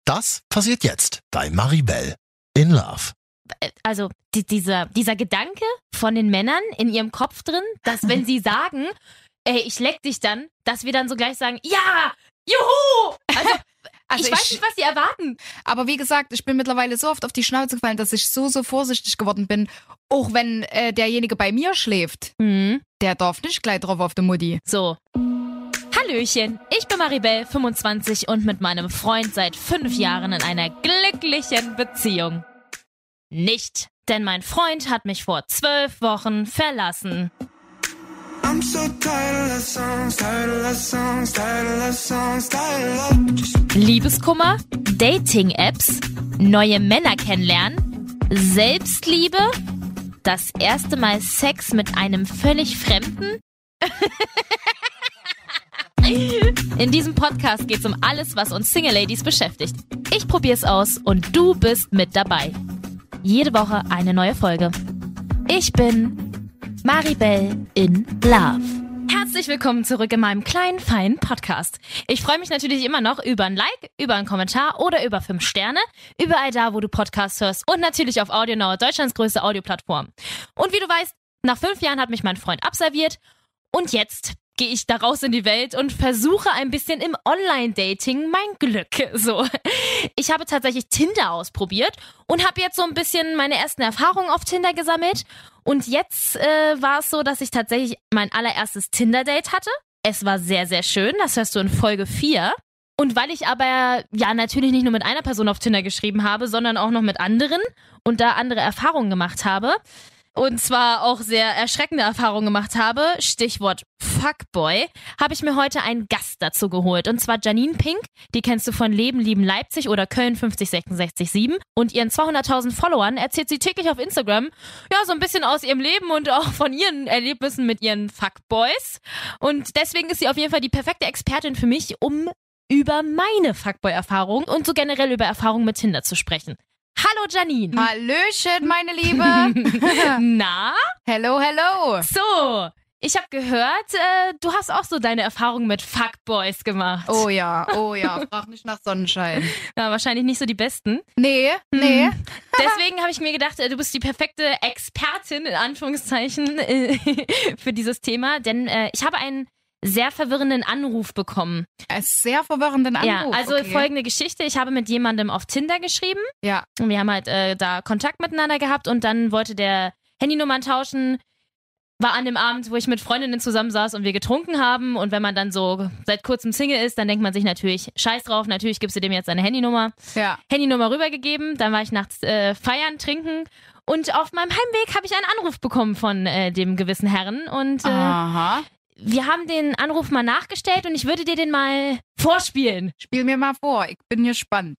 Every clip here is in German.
Das passiert jetzt bei Maribel in Love. Also dieser Gedanke von den Männern in ihrem Kopf drin, dass wenn sie sagen, ey, ich leck dich dann, dass wir dann so gleich sagen, ja, juhu! Also ich weiß nicht, was sie erwarten. Aber wie gesagt, ich bin mittlerweile so oft auf die Schnauze gefallen, dass ich so vorsichtig geworden bin. Auch wenn derjenige bei mir schläft, der darf nicht gleich drauf auf die Mutti. So. Hallöchen, ich bin Maribel, 25 und mit meinem Freund seit 5 Jahren in einer glücklichen Beziehung. Nicht, denn mein Freund hat mich vor 12 Wochen verlassen. I'm so tired of songs, Liebeskummer, Dating-Apps, neue Männer kennenlernen, Selbstliebe, das erste Mal Sex mit einem völlig Fremden. In diesem Podcast geht's um alles, was uns Single-Ladies beschäftigt. Ich probier's aus und du bist mit dabei. Jede Woche eine neue Folge. Ich bin Maribel in Love. Herzlich willkommen zurück in meinem kleinen, feinen Podcast. Ich freue mich natürlich immer noch über ein Like, über einen Kommentar oder über 5 Sterne. Überall da, wo du Podcasts hörst und natürlich auf AudioNow, Deutschlands größte Audioplattform. Und wie du weißt, nach 5 Jahren hat mich mein Freund absolviert und jetzt gehe ich da raus in die Welt und versuche ein bisschen im Online-Dating mein Glück. So, ich habe tatsächlich Tinder ausprobiert und habe jetzt so ein bisschen meine ersten Erfahrungen auf Tinder gesammelt. Und jetzt war es so, dass ich tatsächlich mein allererstes Tinder-Date hatte. Es war sehr, sehr schön. Das hörst du in Folge 4. Und weil ich aber ja natürlich nicht nur mit einer Person auf Tinder geschrieben habe, sondern auch noch mit anderen und da andere Erfahrungen gemacht habe, und zwar auch sehr erschreckende Erfahrungen gemacht habe, Stichwort Fuckboy, habe ich mir heute einen Gast dazu geholt. Und zwar Janine Pink, die kennst du von Leben, Lieben Leipzig oder Köln 50667. Und ihren 200.000 Followern erzählt sie täglich auf Instagram, ja, so ein bisschen aus ihrem Leben und auch von ihren Erlebnissen mit ihren Fuckboys. Und deswegen ist sie auf jeden Fall die perfekte Expertin für mich, um über meine Fuckboy-Erfahrung und so generell über Erfahrungen mit Tinder zu sprechen. Hallo Janine. Hallöchen, meine Liebe. Na? Hello, hello. So, ich habe gehört, du hast auch so deine Erfahrungen mit Fuckboys gemacht. Oh ja, frag nicht nach Sonnenschein. Ja, wahrscheinlich nicht so die besten. Nee. Deswegen habe ich mir gedacht, du bist die perfekte Expertin, in Anführungszeichen, für dieses Thema. Denn ich habe einen sehr verwirrenden Anruf bekommen. Einen sehr verwirrenden Anruf? Ja, also okay. Folgende Geschichte. Ich habe mit jemandem auf Tinder geschrieben. Ja. Und wir haben halt da Kontakt miteinander gehabt und dann wollte der Handynummern tauschen. War an dem Abend, wo ich mit Freundinnen zusammensaß und wir getrunken haben. Und wenn man dann so seit kurzem Single ist, dann denkt man sich natürlich, scheiß drauf, natürlich gibst du dem jetzt seine Handynummer. Ja. Handynummer rübergegeben, dann war ich nachts feiern, trinken. Und auf meinem Heimweg habe ich einen Anruf bekommen von dem gewissen Herrn. Und Aha. wir haben den Anruf mal nachgestellt und ich würde dir den mal vorspielen. Spiel mir mal vor, ich bin gespannt.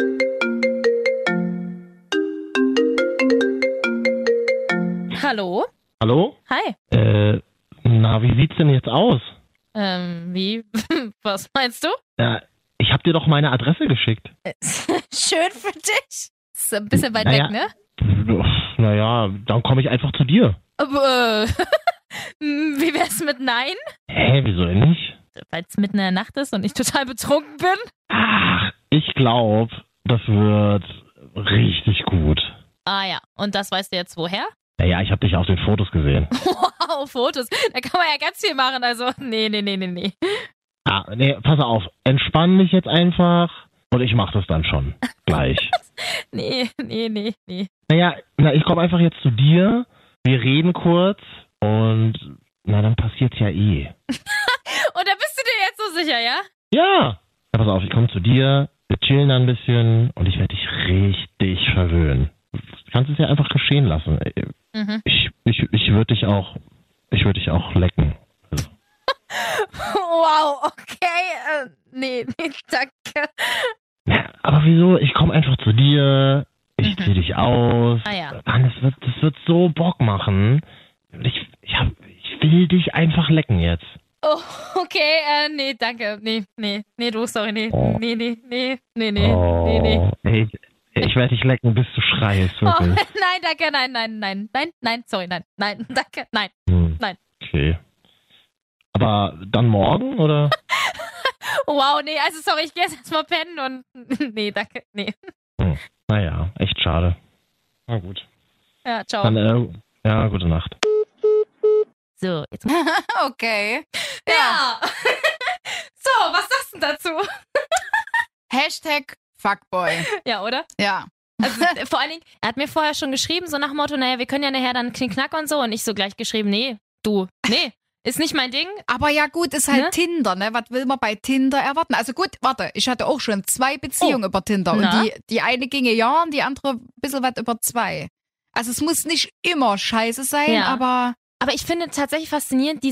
Hallo? Hallo? Hi. Na, wie sieht's denn jetzt aus? Wie? Was meinst du? Ja, ich hab dir doch meine Adresse geschickt. Schön für dich. Ist ein bisschen weit Naja. weg, ne? Naja, dann komme ich einfach zu dir. Aber, wie wär's mit Nein? Hä, wieso denn nicht? Weil es mitten in der Nacht ist und ich total betrunken bin? Ach, ich glaube, das wird richtig gut. Ah ja, und das weißt du jetzt woher? Naja, ich habe dich auf den Fotos gesehen. Wow, Fotos. Da kann man ja ganz viel machen, also nee. Ah, nee, pass auf. Entspann dich jetzt einfach und ich mach das dann schon. Gleich. Nee. Naja, ich komme einfach jetzt zu dir. Wir reden kurz und dann passiert's ja eh. Und da bist du dir jetzt so sicher, ja? Ja, pass auf, ich komme zu dir, wir chillen dann ein bisschen und ich werde dich richtig verwöhnen. Du kannst es ja einfach geschehen lassen. Mhm. Ich würde dich auch lecken. Also. Wow, okay. Nee, danke. Ja, aber wieso? Ich komme einfach zu dir, ich zieh dich aus. Ah ja. Mann, das wird so Bock machen. Ich will dich einfach lecken jetzt. Oh, okay, nee, danke. Nee, du, sorry, nee. Oh. Nee. Ey, ich werde dich lecken, bis du schreist, Oh, wirklich. nein, danke, nein, sorry, nein, danke, nein. Nein. Okay. Aber dann morgen, oder? Wow, nee, also sorry, ich gehe jetzt erstmal pennen und nee, danke, nee. Naja, echt schade. Na gut. Ja, ciao. Dann, ja, gute Nacht. So, jetzt. Okay. Ja. So, was sagst du dazu? Hashtag Fuckboy. Ja, oder? Ja. Also vor allen Dingen, er hat mir vorher schon geschrieben, so nach dem Motto, naja, wir können ja nachher dann Knickknack und so. Und ich so gleich geschrieben, nee, ist nicht mein Ding. Aber ja gut, ist halt Ne? Tinder, ne? Was will man bei Tinder erwarten? Also gut, warte, ich hatte auch schon 2 Beziehungen über Tinder. Na? Und die eine ging ein Jahr und die andere ein bisschen was über 2. Also es muss nicht immer scheiße sein, Ja. aber Aber ich finde tatsächlich faszinierend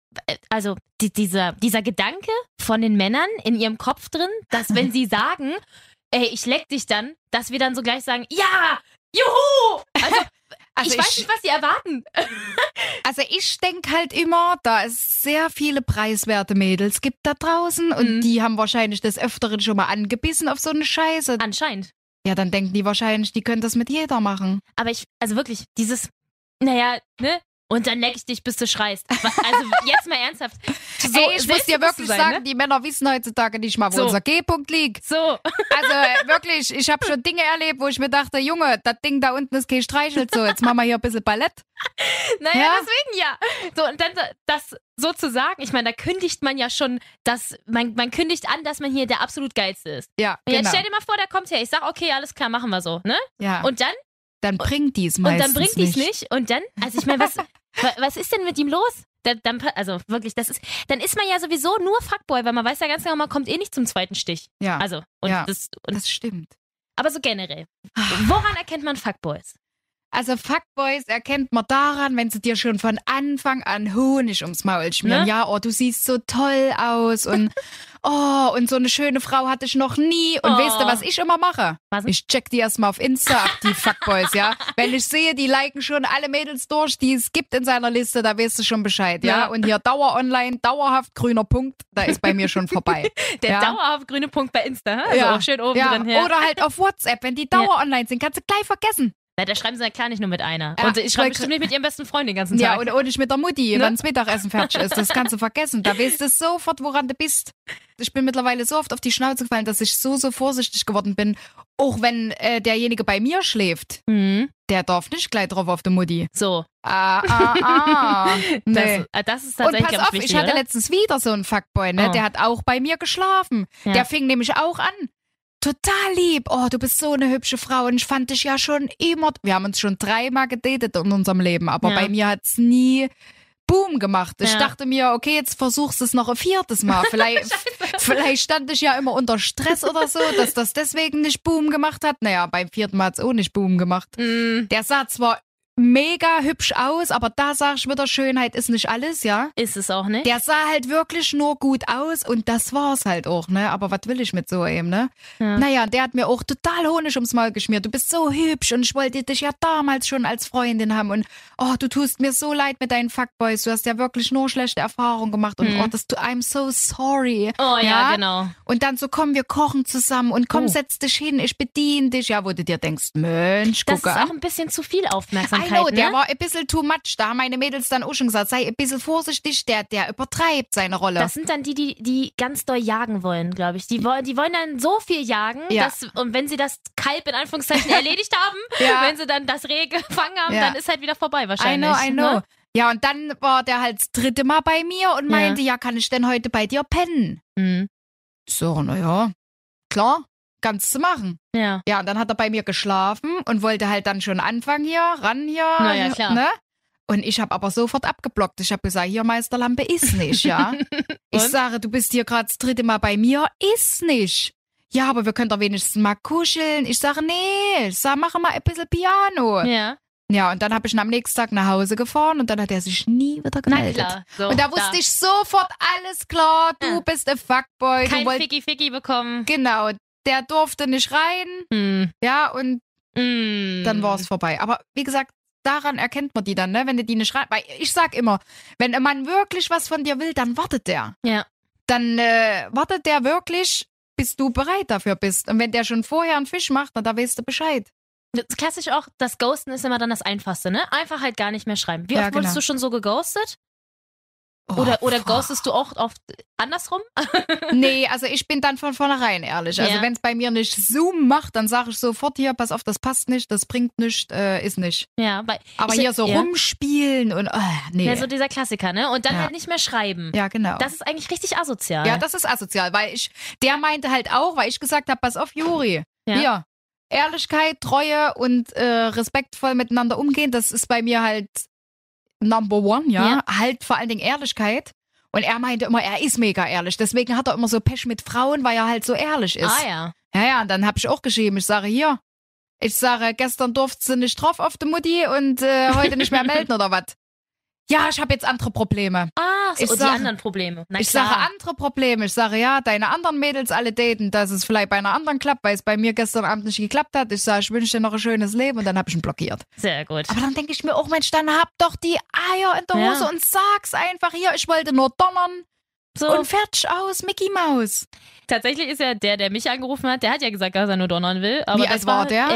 dieser Gedanke von den Männern in ihrem Kopf drin, dass wenn sie sagen, ey, ich leck dich dann, dass wir dann so gleich sagen, ja, juhu! Also ich weiß nicht, was sie erwarten. Also ich denke halt immer, da es sehr viele preiswerte Mädels gibt da draußen und die haben wahrscheinlich des Öfteren schon mal angebissen auf so eine Scheiße. Anscheinend. Ja, dann denken die wahrscheinlich, die können das mit jeder machen. Aber also wirklich, naja, ne? Und dann leck ich dich, bis du schreist. Also jetzt mal ernsthaft. So, Ey, ich muss dir selbstbewusst wirklich zu sein, sagen, ne? die Männer wissen heutzutage nicht mal, wo So. unser G-Punkt liegt. So. Also wirklich, ich habe schon Dinge erlebt, wo ich mir dachte, Junge, das Ding da unten ist kein Streichelt, so, jetzt machen wir hier ein bisschen Ballett. Naja, Ja? deswegen ja. So, und dann das so zu sagen, ich meine, da kündigt man ja schon, man kündigt an, dass man hier der absolut Geilste ist. Ja, Und jetzt genau. stell dir mal vor, der kommt her. Ich sag, okay, alles klar, machen wir so, ne? Ja. Und dann bringt die es dann meistens bringt die es nicht. Und dann, also ich meine, was ist denn mit ihm los? Also wirklich, dann ist man ja sowieso nur Fuckboy, weil man weiß ja ganz genau, man kommt eh nicht zum zweiten Stich. Ja, Also, und Ja. das stimmt. aber so generell. Woran erkennt man Fuckboys? Also Fuckboys erkennt man daran, wenn sie dir schon von Anfang an Honig ums Maul schmieren. Ne? Ja, oh, du siehst so toll aus und oh, und so eine schöne Frau hatte ich noch nie. Und Oh. weißt du, was ich immer mache? Was denn? Ich check die erstmal auf Insta ab, die Fuckboys, ja. Wenn ich sehe, die liken schon alle Mädels durch, die es gibt in seiner Liste, da weißt du schon Bescheid, ja. Ja. Und hier Dauer online, dauerhaft grüner Punkt, da ist bei mir schon vorbei. Der ja. dauerhaft grüne Punkt bei Insta, also Ja. auch schön oben Ja. drin her. Oder halt auf WhatsApp, wenn die Dauer online sind, kannst du gleich vergessen. Na, da schreiben sie ja klar nicht nur mit einer. Ja, Und ich schreibe voll bestimmt nicht mit ihrem besten Freund den ganzen Ja, Tag. und nicht mit der Mutti, Ne? wenn das Mittagessen fertig ist. Das kannst du vergessen. Da weißt du sofort, woran du bist. Ich bin mittlerweile so oft auf die Schnauze gefallen, dass ich so vorsichtig geworden bin. Auch wenn derjenige bei mir schläft, Mhm. der darf nicht gleich drauf auf die Mutti. So. Nee. Das ist Und tatsächlich pass ganz auf, wichtig, ich hatte oder? letztens wieder so einen Fuckboy, ne? Oh. Der hat auch bei mir geschlafen. Ja. Der fing nämlich auch an. Total lieb. Oh, du bist so eine hübsche Frau. Und ich fand dich ja schon immer. Wir haben uns schon 3-mal gedatet in unserem Leben, aber Ja. bei mir hat's nie Boom gemacht. Ich Ja. dachte mir, okay, jetzt versuchst du es noch ein 4. Mal. Vielleicht stand ich ja immer unter Stress oder so, dass das deswegen nicht Boom gemacht hat. Naja, beim 4. Mal hat's auch nicht Boom gemacht. Mm, Der sah zwar mega hübsch aus, aber da sag ich wieder, Schönheit ist nicht alles, ja. ist es auch nicht. Der sah halt wirklich nur gut aus und das war's halt auch, ne? Aber was will ich mit so einem, ne? Ja. Naja, der hat mir auch total Honig ums Maul geschmiert. Du bist so hübsch und ich wollte dich ja damals schon als Freundin haben und oh, du tust mir so leid mit deinen Fuckboys. Du hast ja wirklich nur schlechte Erfahrungen gemacht und I'm so sorry. Oh ja, genau. Und dann so, komm, wir kochen zusammen und komm, Oh. setz dich hin, ich bediene dich. Ja, wo du dir denkst, Mensch, Das gucke. ist auch ein bisschen zu viel Aufmerksamkeit, I know, der ne? war ein bisschen too much. Da haben meine Mädels dann auch schon gesagt, sei ein bisschen vorsichtig, der übertreibt seine Rolle. Das sind dann die ganz doll jagen wollen, glaube ich. Die wollen dann so viel jagen, Ja. und wenn sie das Kalb in Anführungszeichen erledigt haben, Ja. wenn sie dann das Reh gefangen haben, Ja. dann ist halt wieder vorbei I wahrscheinlich. know, I know. Ne? Ja, und dann war der halt das 3. Mal bei mir und meinte, ja, kann ich denn heute bei dir pennen? Mhm. So, naja, klar, kannst du machen. Ja. Ja, und dann hat er bei mir geschlafen und wollte halt dann schon anfangen hier, ran hier. Na ja, klar. Ne? Und ich habe aber sofort abgeblockt. Ich habe gesagt, hier, Meisterlampe, ist nicht, ja. Ich Und? sage, du bist hier gerade das 3. Mal bei mir, ist nicht. Ja, aber wir können doch wenigstens mal kuscheln. Ich sage, nee, ich sage, mache mal ein bisschen Piano. Ja. Ja, und dann habe ich ihn am nächsten Tag nach Hause gefahren und dann hat er sich nie wieder Na gemeldet. klar. So, Und da wusste ich sofort, alles klar, du Ja. bist ein Fuckboy. Kein du wollt, Ficky bekommen. genau, der durfte nicht rein. Hm. Ja, und Hm. dann war es vorbei. Aber wie gesagt, daran erkennt man die dann, ne, wenn du die nicht rein... Weil ich sag immer, wenn ein Mann wirklich was von dir will, dann wartet der. Ja. Dann wartet der wirklich, bis du bereit dafür bist. Und wenn der schon vorher einen Fisch macht, dann da weißt du Bescheid. Das klassisch auch, das Ghosten ist immer dann das Einfachste, ne? Einfach halt gar nicht mehr schreiben. Wie Ja, oft wurdest genau. du schon so geghostet? Oder fuck. ghostest du auch oft andersrum? Nee, also ich bin dann von vornherein ehrlich. Also Ja. wenn es bei mir nicht Zoom macht, dann sage ich sofort hier, pass auf, das passt nicht, das bringt nichts, ist nicht. Ja, weil Aber ich, hier so ja. rumspielen und nee. Ja, so dieser Klassiker, ne? Und dann Ja. halt nicht mehr schreiben. Ja, genau. Das ist eigentlich richtig asozial. Ja, das ist asozial, weil der meinte halt auch, weil ich gesagt habe, pass auf, Juri, Ja. hier, Ehrlichkeit, Treue und respektvoll miteinander umgehen, das ist bei mir halt Number one, ja. Halt vor allen Dingen Ehrlichkeit. Und er meinte immer, er ist mega ehrlich. Deswegen hat er immer so Pech mit Frauen, weil er halt so ehrlich ist. Ah ja. Ja, und dann habe ich auch geschrieben, ich sage hier, gestern durfte sie nicht drauf auf die Mutti und heute nicht mehr melden oder was. Ja, ich habe jetzt andere Probleme. Ah, so, Ich und die sag- anderen Probleme. Na Ich klar. sage andere Probleme. Ich sage, ja, deine anderen Mädels alle daten, dass es vielleicht bei einer anderen klappt, weil es bei mir gestern Abend nicht geklappt hat. Ich sage, ich wünsche dir noch ein schönes Leben und dann habe ich ihn blockiert. Sehr gut. Aber dann denke ich mir auch, Mensch, dann hab doch die Eier in der Ja. Hose und sag's einfach hier, ich wollte nur donnern So, und fertig aus, Mickey Maus. tatsächlich ist ja der mich angerufen hat, der hat ja gesagt, dass er nur donnern will. Aber Wie das alt war der?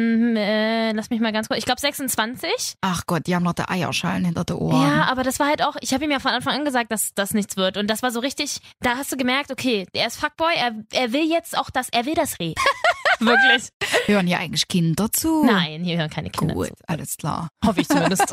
Lass mich mal ganz kurz. Ich glaube 26. Ach Gott, die haben noch die Eierschalen hinter den Ohren. Ja, aber das war halt auch, ich habe ihm ja von Anfang an gesagt, dass das nichts wird. Und das war so richtig, da hast du gemerkt, okay, er ist Fuckboy, er will jetzt auch er will das Reh. Wirklich. Hören hier eigentlich Kinder zu? Nein, hier hören keine Kinder Gut, zu. alles klar. Hoffe ich zumindest.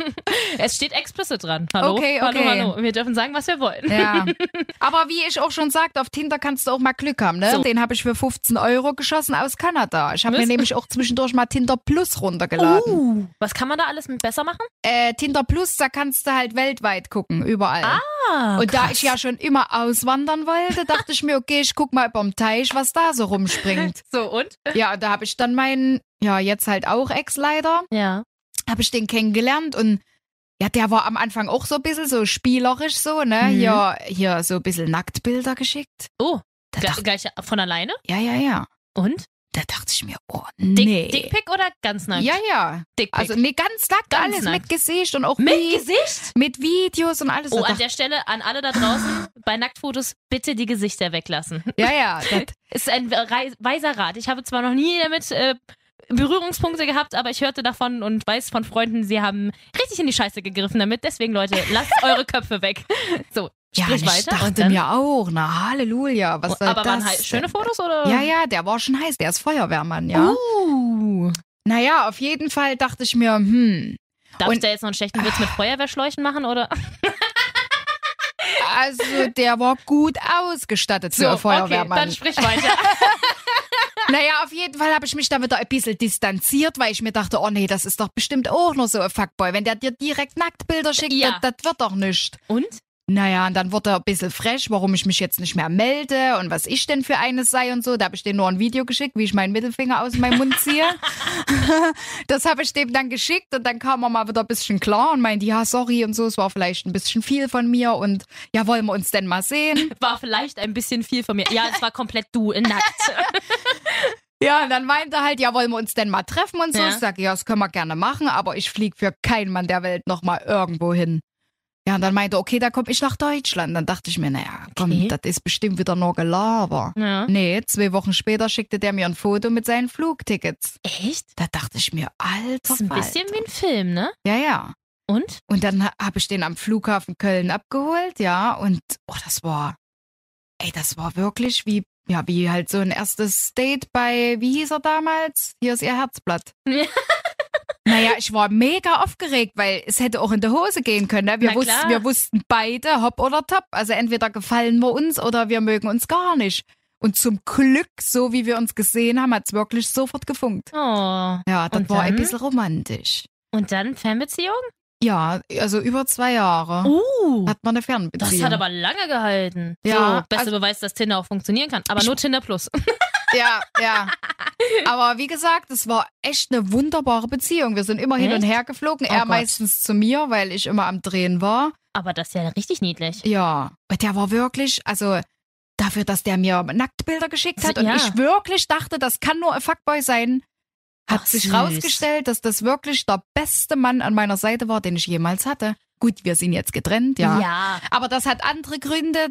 Es steht explicit dran. Hallo? Okay. Hallo. Wir dürfen sagen, was wir wollen. Ja. Aber wie ich auch schon sagte, auf Tinder kannst du auch mal Glück haben, ne? So. Den habe ich für 15 € geschossen aus Kanada. Ich habe Was? mir nämlich auch zwischendurch mal Tinder Plus runtergeladen. Was kann man da alles besser machen? Tinder Plus, da kannst du halt weltweit gucken, überall. Ah, Und da krass. ich ja schon immer auswandern wollte, dachte ich mir, okay, ich guck mal überm Teich, was da so rumspringt. So, und? Ja, und da habe ich dann meinen, ja, jetzt halt auch Ex leider, Ja. habe ich den kennengelernt und ja, der war am Anfang auch so ein bisschen so spielerisch so, ne? Mhm. Hier so ein bisschen Nacktbilder geschickt. Oh, Da dachte, gleich von alleine? ja. Und? Da dachte ich mir, oh Dick, nee. Dickpick oder ganz nackt? Ja. Dickpick. Also nee, ganz nackt, Ganz alles nackt. mit Gesicht und auch mit wie- Gesicht? mit Videos und alles. Oh, Da an dachte- der Stelle an alle da draußen, bei Nacktfotos bitte die Gesichter weglassen. ja, das, Ist ein weiser Rat. Ich habe zwar noch nie damit Berührungspunkte gehabt, aber ich hörte davon und weiß von Freunden, sie haben richtig in die Scheiße gegriffen damit. Deswegen, Leute, lasst eure Köpfe weg. So, ja, sprich ich weiter. und dachte dann, mir auch, na Halleluja, was soll aber waren das halt schöne denn? Fotos oder? Ja, der war schon heiß, der ist Feuerwehrmann, ja. Naja, auf jeden Fall dachte ich mir, Darf ich Und- da jetzt noch einen schlechten Witz mit Feuerwehrschläuchen machen oder? also der war gut ausgestattet für einen Feuerwehrmann. Okay, dann sprich weiter. Naja, auf jeden Fall habe ich mich da wieder ein bisschen distanziert, weil ich mir dachte, oh nee, das ist doch bestimmt auch nur so ein Fuckboy. Wenn der dir direkt Nacktbilder schickt, Ja. das wird doch nicht. Und? Naja, und dann wurde er ein bisschen frech, warum ich mich jetzt nicht mehr melde und was ich denn für eines sei und so. Da habe ich dem nur ein Video geschickt, wie ich meinen Mittelfinger aus meinem Mund ziehe. Das habe ich dem dann geschickt und dann kam er mal wieder ein bisschen klar und meinte, ja, sorry und so, es war vielleicht ein bisschen viel von mir und ja, wollen wir uns denn mal sehen? War vielleicht ein bisschen viel von mir. Ja, es war komplett du, nackt. Ja, und dann meinte er halt, ja, wollen wir uns denn mal treffen und so. Ja. Ich sage, ja, das können wir gerne machen, aber ich fliege für keinen Mann der Welt nochmal irgendwo hin. Ja, und dann meinte er, okay, da komme ich nach Deutschland. Dann dachte ich mir, naja, komm, Okay. das ist bestimmt wieder nur Gelaber. Ja. Nee, 2 Wochen später schickte der mir ein Foto mit seinen Flugtickets. Echt? Da dachte ich mir, alter Das ist ein bisschen Falter. wie ein Film, ne? Ja. Und? Und dann habe ich den am Flughafen Köln abgeholt, ja, und das war wirklich wie halt so ein erstes Date bei, wie hieß er damals? Hier ist ihr Herzblatt. Ja. Naja, ich war mega aufgeregt, weil es hätte auch in die Hose gehen können. Ne? Na klar. Wir wussten beide, hopp oder top. Also entweder gefallen wir uns oder wir mögen uns gar nicht. Und zum Glück, so wie wir uns gesehen haben, hat's wirklich sofort gefunkt. Oh. Ja, das Und war ein dann? bisschen romantisch. Und dann Fernbeziehung? Ja, also über 2 Jahre hat man eine Fernbeziehung. Das hat aber lange gehalten. Ja, So, bester Beweis, dass Tinder auch funktionieren kann. Aber nur Tinder Plus. Ja. Aber wie gesagt, es war echt eine wunderbare Beziehung. Wir sind immer hin und Echt? her geflogen. Oh Er Gott. meistens zu mir, weil ich immer am Drehen war. Aber das ist ja richtig niedlich. Ja, und der war wirklich, also dafür, dass der mir Nacktbilder geschickt hat und Ja. ich wirklich dachte, das kann nur ein Fuckboy sein, hat Ach, sich süß. rausgestellt, dass das wirklich der beste Mann an meiner Seite war, den ich jemals hatte. Gut, wir sind jetzt getrennt, ja. Ja. Aber das hat andere Gründe,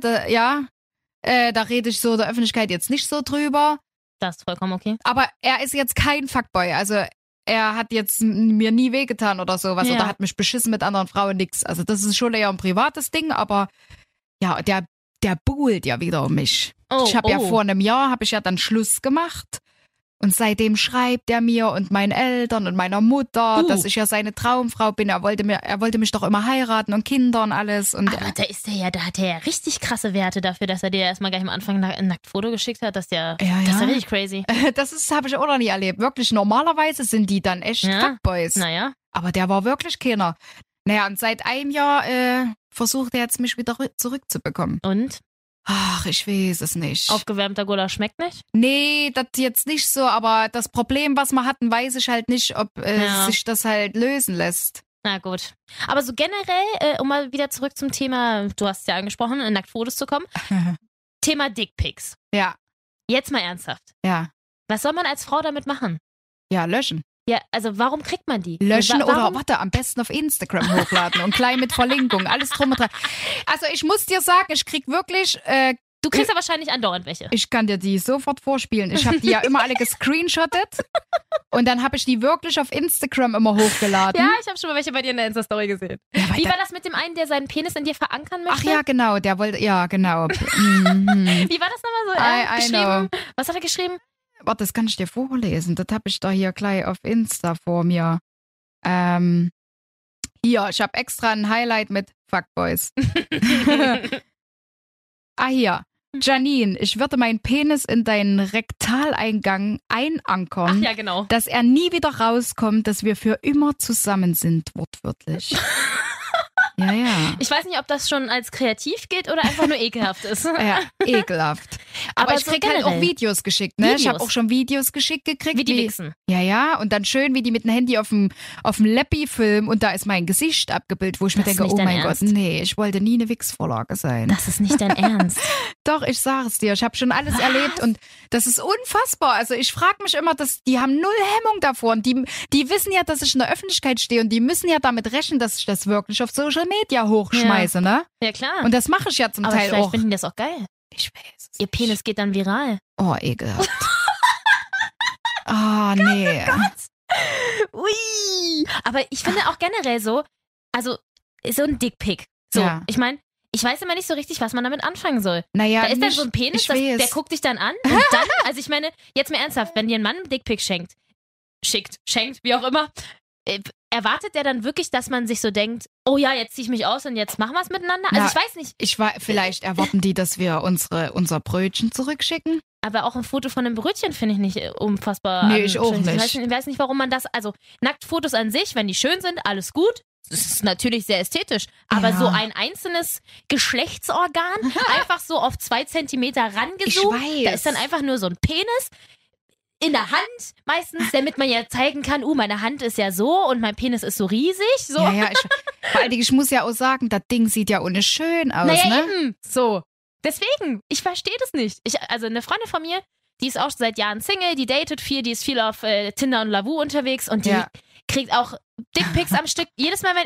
da rede ich so in der Öffentlichkeit jetzt nicht so drüber. Das ist vollkommen okay. Aber er ist jetzt kein Fuckboy. Also er hat jetzt mir nie wehgetan oder sowas Ja. oder hat mich beschissen mit anderen Frauen, nix. Also das ist schon eher ein privates Ding, aber ja, der buhlt ja wieder um mich. Ich habe ja vor einem Jahr, habe ich ja dann Schluss gemacht. Und seitdem schreibt er mir und meinen Eltern und meiner Mutter, dass ich ja seine Traumfrau bin. Er wollte mich doch immer heiraten und Kinder und alles. Und Aber da hat er ja richtig krasse Werte dafür, dass er dir erstmal gleich am Anfang ein Nacktfoto geschickt hat. Das ist ja richtig crazy. das habe ich auch noch nie erlebt. Wirklich, normalerweise sind die dann echt Fuckboys. Naja. Aber der war wirklich keiner. Naja, und seit einem Jahr versucht er jetzt, mich wieder zurückzubekommen. Und? Ach, ich weiß es nicht. Aufgewärmter Gulasch schmeckt nicht? Nee, das jetzt nicht so, aber das Problem, was wir hatten, weiß ich halt nicht, ob sich das halt lösen lässt. Na gut. Aber so generell, um mal wieder zurück zum Thema, du hast es ja angesprochen, in Nacktfotos zu kommen. Thema Dickpics. Ja, Jetzt mal ernsthaft. ja. Was soll man als Frau damit machen? Ja, löschen. Ja, also warum kriegt man die? Löschen oder, Warum? warte, am besten auf Instagram hochladen und gleich mit Verlinkung, alles drum und dran. Also ich muss dir sagen, ich krieg wirklich, Du kriegst ja wahrscheinlich andauernd welche. ich kann dir die sofort vorspielen. Ich habe die ja immer alle gescreenshottet und dann habe ich die wirklich auf Instagram immer hochgeladen. Ja, ich habe schon mal welche bei dir in der Insta-Story gesehen. Ja, weil Wie da- war das mit dem einen, der seinen Penis in dir verankern Ach möchte? ja, genau, der wollte, ja, genau. Mhm. Wie war das nochmal so? I Geschrieben? Was hat er geschrieben? Warte, das kann ich dir vorlesen. Das habe ich da hier gleich auf Insta vor mir. Hier, ich habe extra ein Highlight mit Fuckboys. Hier. Janine, ich würde meinen Penis in deinen Rektaleingang Ach einankern, ja, genau. dass er nie wieder rauskommt, dass wir für immer zusammen sind, wortwörtlich. Ja, ja. Ich weiß nicht, ob das schon als kreativ gilt oder einfach nur ekelhaft ist. Ja, ekelhaft. Aber ich so krieg halt auch generell. Videos geschickt, ne? Ich habe Videos? auch schon Videos geschickt gekriegt. Wie die wichsen. Ja, ja. Und dann schön, wie die mit dem Handy auf dem Leppi filmen und da ist mein Gesicht abgebildet, wo ich mir Das ist denke, nicht oh dein mein Ernst. Gott, nee, ich wollte nie eine Wichsvorlage sein. Das ist nicht dein Ernst. Doch, ich sag's dir. Ich habe schon alles erlebt und das ist unfassbar. Also ich frage mich immer, die haben null Hemmung davor. Und die wissen ja, dass ich in der Öffentlichkeit stehe und die müssen ja damit rechnen, dass ich das wirklich auf Social Media hochschmeiße, ne? Ja, klar. Und das mache ich ja zum Aber Teil vielleicht auch. finden die das auch geil. Ich weiß es Ihr nicht. Penis geht dann viral. Oh, ekelhaft. Ah, nee. Ui. Aber ich finde auch generell so, also so ein Dickpick. So, Ja. ich meine, ich weiß immer nicht so richtig, was man damit anfangen soll. Naja, Da ist dann nicht- so ein Penis, ich weiß. der guckt dich dann an und dann, also ich meine, jetzt mal ernsthaft, wenn dir ein Mann einen Dickpick schenkt, wie auch immer, erwartet der dann wirklich, dass man sich so denkt, oh ja, jetzt zieh ich mich aus und jetzt machen wir es miteinander? Also Na, ich weiß nicht, Vielleicht erwarten die, dass wir unser Brötchen zurückschicken. aber auch ein Foto von einem Brötchen finde ich nicht unfassbar. Nee, ich auch anstrengend. nicht. Ich weiß nicht, warum man das, also Nacktfotos an sich, wenn die schön sind, alles gut. Das ist natürlich sehr ästhetisch, aber Ja. so ein einzelnes Geschlechtsorgan, einfach so auf 2 Zentimeter rangesucht, Ich weiß. da ist dann einfach nur so ein Penis in der Hand meistens, damit man ja zeigen kann, meine Hand ist ja so und mein Penis ist so riesig. So. Ja, ja, vor allem, ich muss ja auch sagen, das Ding sieht ja ohne schön aus, Naja, ne? eben. So. Deswegen, ich verstehe das nicht. Also eine Freundin von mir, die ist auch seit Jahren Single, die datet viel, die ist viel auf Tinder und Lavu unterwegs und die Ja. kriegt auch Dickpics am Stück. Jedes Mal,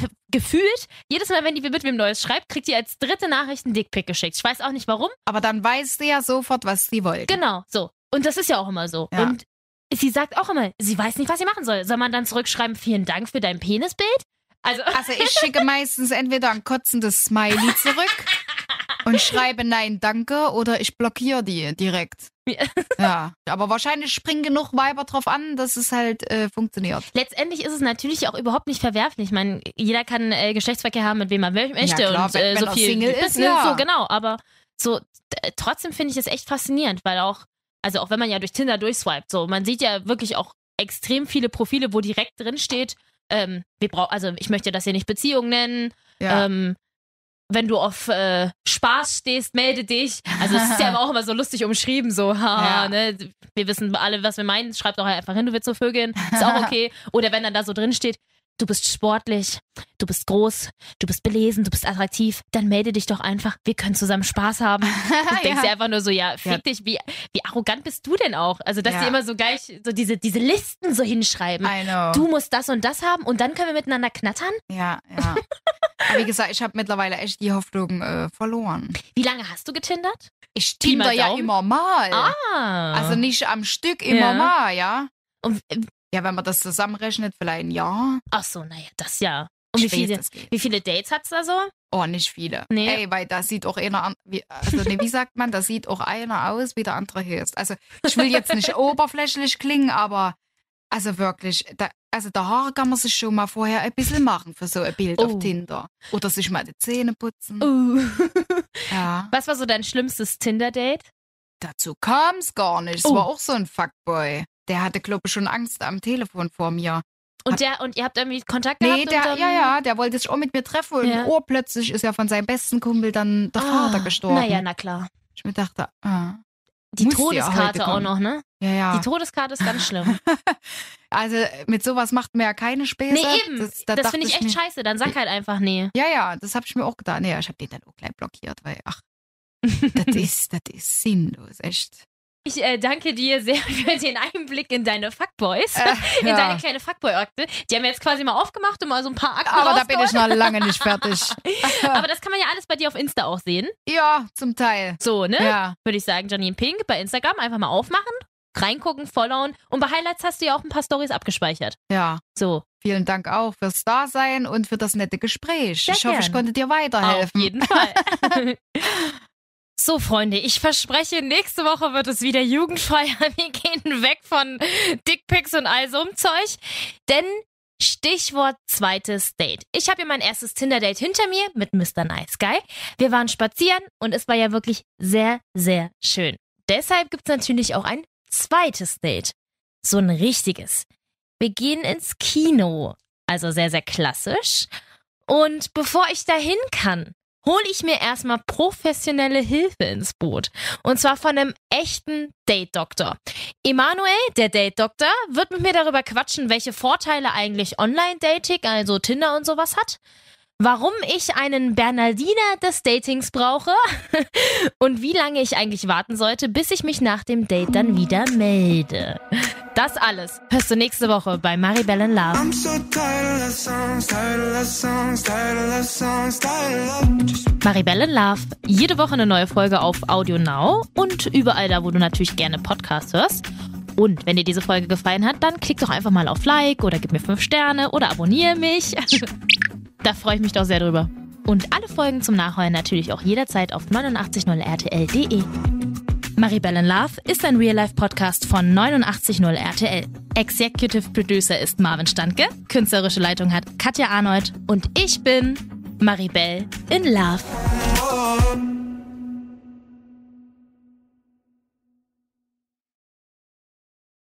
jedes Mal, wenn die mit wem Neues schreibt, kriegt die als dritte Nachricht einen Dickpic geschickt. Ich weiß auch nicht warum. Aber dann weißt du ja sofort, was sie wollen. Genau, so. Und das ist ja auch immer so. Ja. Und sie sagt auch immer, sie weiß nicht, was sie machen soll. Soll man dann zurückschreiben, vielen Dank für dein Penisbild? Also, Also ich schicke meistens entweder ein kotzendes Smiley zurück und schreibe Nein, danke oder ich blockiere die direkt. Ja. Ja, aber wahrscheinlich springen genug Weiber drauf an, dass es halt funktioniert. letztendlich ist es natürlich auch überhaupt nicht verwerflich. Ich meine, jeder kann Geschlechtsverkehr haben, mit wem er möchte. Ja, klar, und wenn so er viel Single ist, Business, ja. so genau. Aber so trotzdem finde ich es echt faszinierend, weil auch wenn man ja durch Tinder durchswipet, so man sieht ja wirklich auch extrem viele Profile, wo direkt drin steht, ich möchte das hier nicht Beziehung nennen. Ja. Wenn du auf Spaß stehst, melde dich. Also es ist ja aber auch immer so lustig umschrieben, so, Ja. ne? Wir wissen alle, was wir meinen. Schreib doch einfach hin, du willst so vögeln. Ist auch okay. Oder wenn dann da so drin steht, du bist sportlich, du bist groß, du bist belesen, du bist attraktiv, dann melde dich doch einfach. Wir können zusammen Spaß haben. Du denkst dir einfach nur so, ja, fick dich, wie arrogant bist du denn auch? Also, dass Ja. die immer so gleich so diese Listen so hinschreiben. I know. Du musst das und das haben und dann können wir miteinander knattern. Ja, ja. Aber wie gesagt, ich habe mittlerweile echt die Hoffnung verloren. Wie lange hast du getindert? Ich Pi mal tinder ja Daumen. immer mal. Ah. Also nicht am Stück, immer Ja. mal, ja. Und Ja, wenn man das zusammenrechnet, vielleicht ein Jahr. Ach so, naja, das ja. Und Ich weiß, das geht. wie viele Dates hat's da so? Oh, nicht viele. Nee. Ey, weil da sieht auch einer an, wie sagt man, da sieht auch einer aus, wie der andere ist. Also ich will jetzt nicht oberflächlich klingen, aber also wirklich, der Haare kann man sich schon mal vorher ein bisschen machen für so ein Bild auf Tinder. Oder sich mal die Zähne putzen. Ja. Was war so dein schlimmstes Tinder-Date? Dazu kam es gar nicht. Es war auch so ein Fuckboy. Der hatte, glaube ich, schon Angst am Telefon vor mir. Und ihr habt irgendwie Kontakt gehabt? Nee, und der wollte sich auch mit mir treffen. Und Ja. plötzlich ist ja von seinem besten Kumpel dann der Vater gestorben. Naja, na klar. Ich mir dachte, Die Musste ja heute Todeskarte auch kommen. noch, ne? ja. Die Todeskarte ist ganz schlimm. Also mit sowas macht man ja keine Späße. Nee, eben. Da Das dachte finde ich echt scheiße. Dann sag halt einfach nee. Ja, das habe ich mir auch gedacht. Nee, ich habe den dann auch gleich blockiert, weil, das ist sinnlos, echt. Ich danke dir sehr für den Einblick in deine Fuckboys. In ja. deine kleine Fuckboy-Akte. Die haben wir jetzt quasi mal aufgemacht und mal so ein paar Akten Aber da bin ich rausgeholt. noch lange nicht fertig. Aber das kann man ja alles bei dir auf Insta auch sehen. Ja, zum Teil. So, ne? Ja. Würde ich sagen, Janine Pink bei Instagram einfach mal aufmachen, reingucken, followen. Und bei Highlights hast du ja auch ein paar Stories abgespeichert. Ja. So. Vielen Dank auch fürs Dasein und für das nette Gespräch. Sehr ich hoffe, ich gern. konnte dir weiterhelfen. Auf jeden Fall. So, Freunde, ich verspreche, nächste Woche wird es wieder jugendfrei. Wir gehen weg von Dickpics und all so einem Zeug. Denn Stichwort zweites Date. Ich habe ja mein erstes Tinder-Date hinter mir mit Mr. Nice Guy. Wir waren spazieren und es war ja wirklich sehr, sehr schön. Deshalb gibt es natürlich auch ein zweites Date. So ein richtiges. Wir gehen ins Kino. Also sehr, sehr klassisch. Und bevor ich dahin kann, hole ich mir erstmal professionelle Hilfe ins Boot. Und zwar von einem echten Date-Doktor. Emanuel, der Date-Doktor, wird mit mir darüber quatschen, welche Vorteile eigentlich Online-Dating, also Tinder und sowas hat. Warum ich einen Bernardiner des Datings brauche und wie lange ich eigentlich warten sollte, bis ich mich nach dem Date dann wieder melde. Das alles hörst du nächste Woche bei Maribel in Love. I'm so tired of songs, tired of songs, tired of songs, tired of Maribel in Love. Jede Woche eine neue Folge auf Audio Now und überall da, wo du natürlich gerne Podcasts hörst. Und wenn dir diese Folge gefallen hat, dann klick doch einfach mal auf Like oder gib mir 5 Sterne oder abonniere mich. Da freue ich mich doch sehr drüber. Und alle Folgen zum Nachhören natürlich auch jederzeit auf 890rtl.de. Maribel in Love ist ein Real-Life-Podcast von 890RTL. Executive Producer ist Marvin Standke, künstlerische Leitung hat Katja Arnold und ich bin Maribel in Love.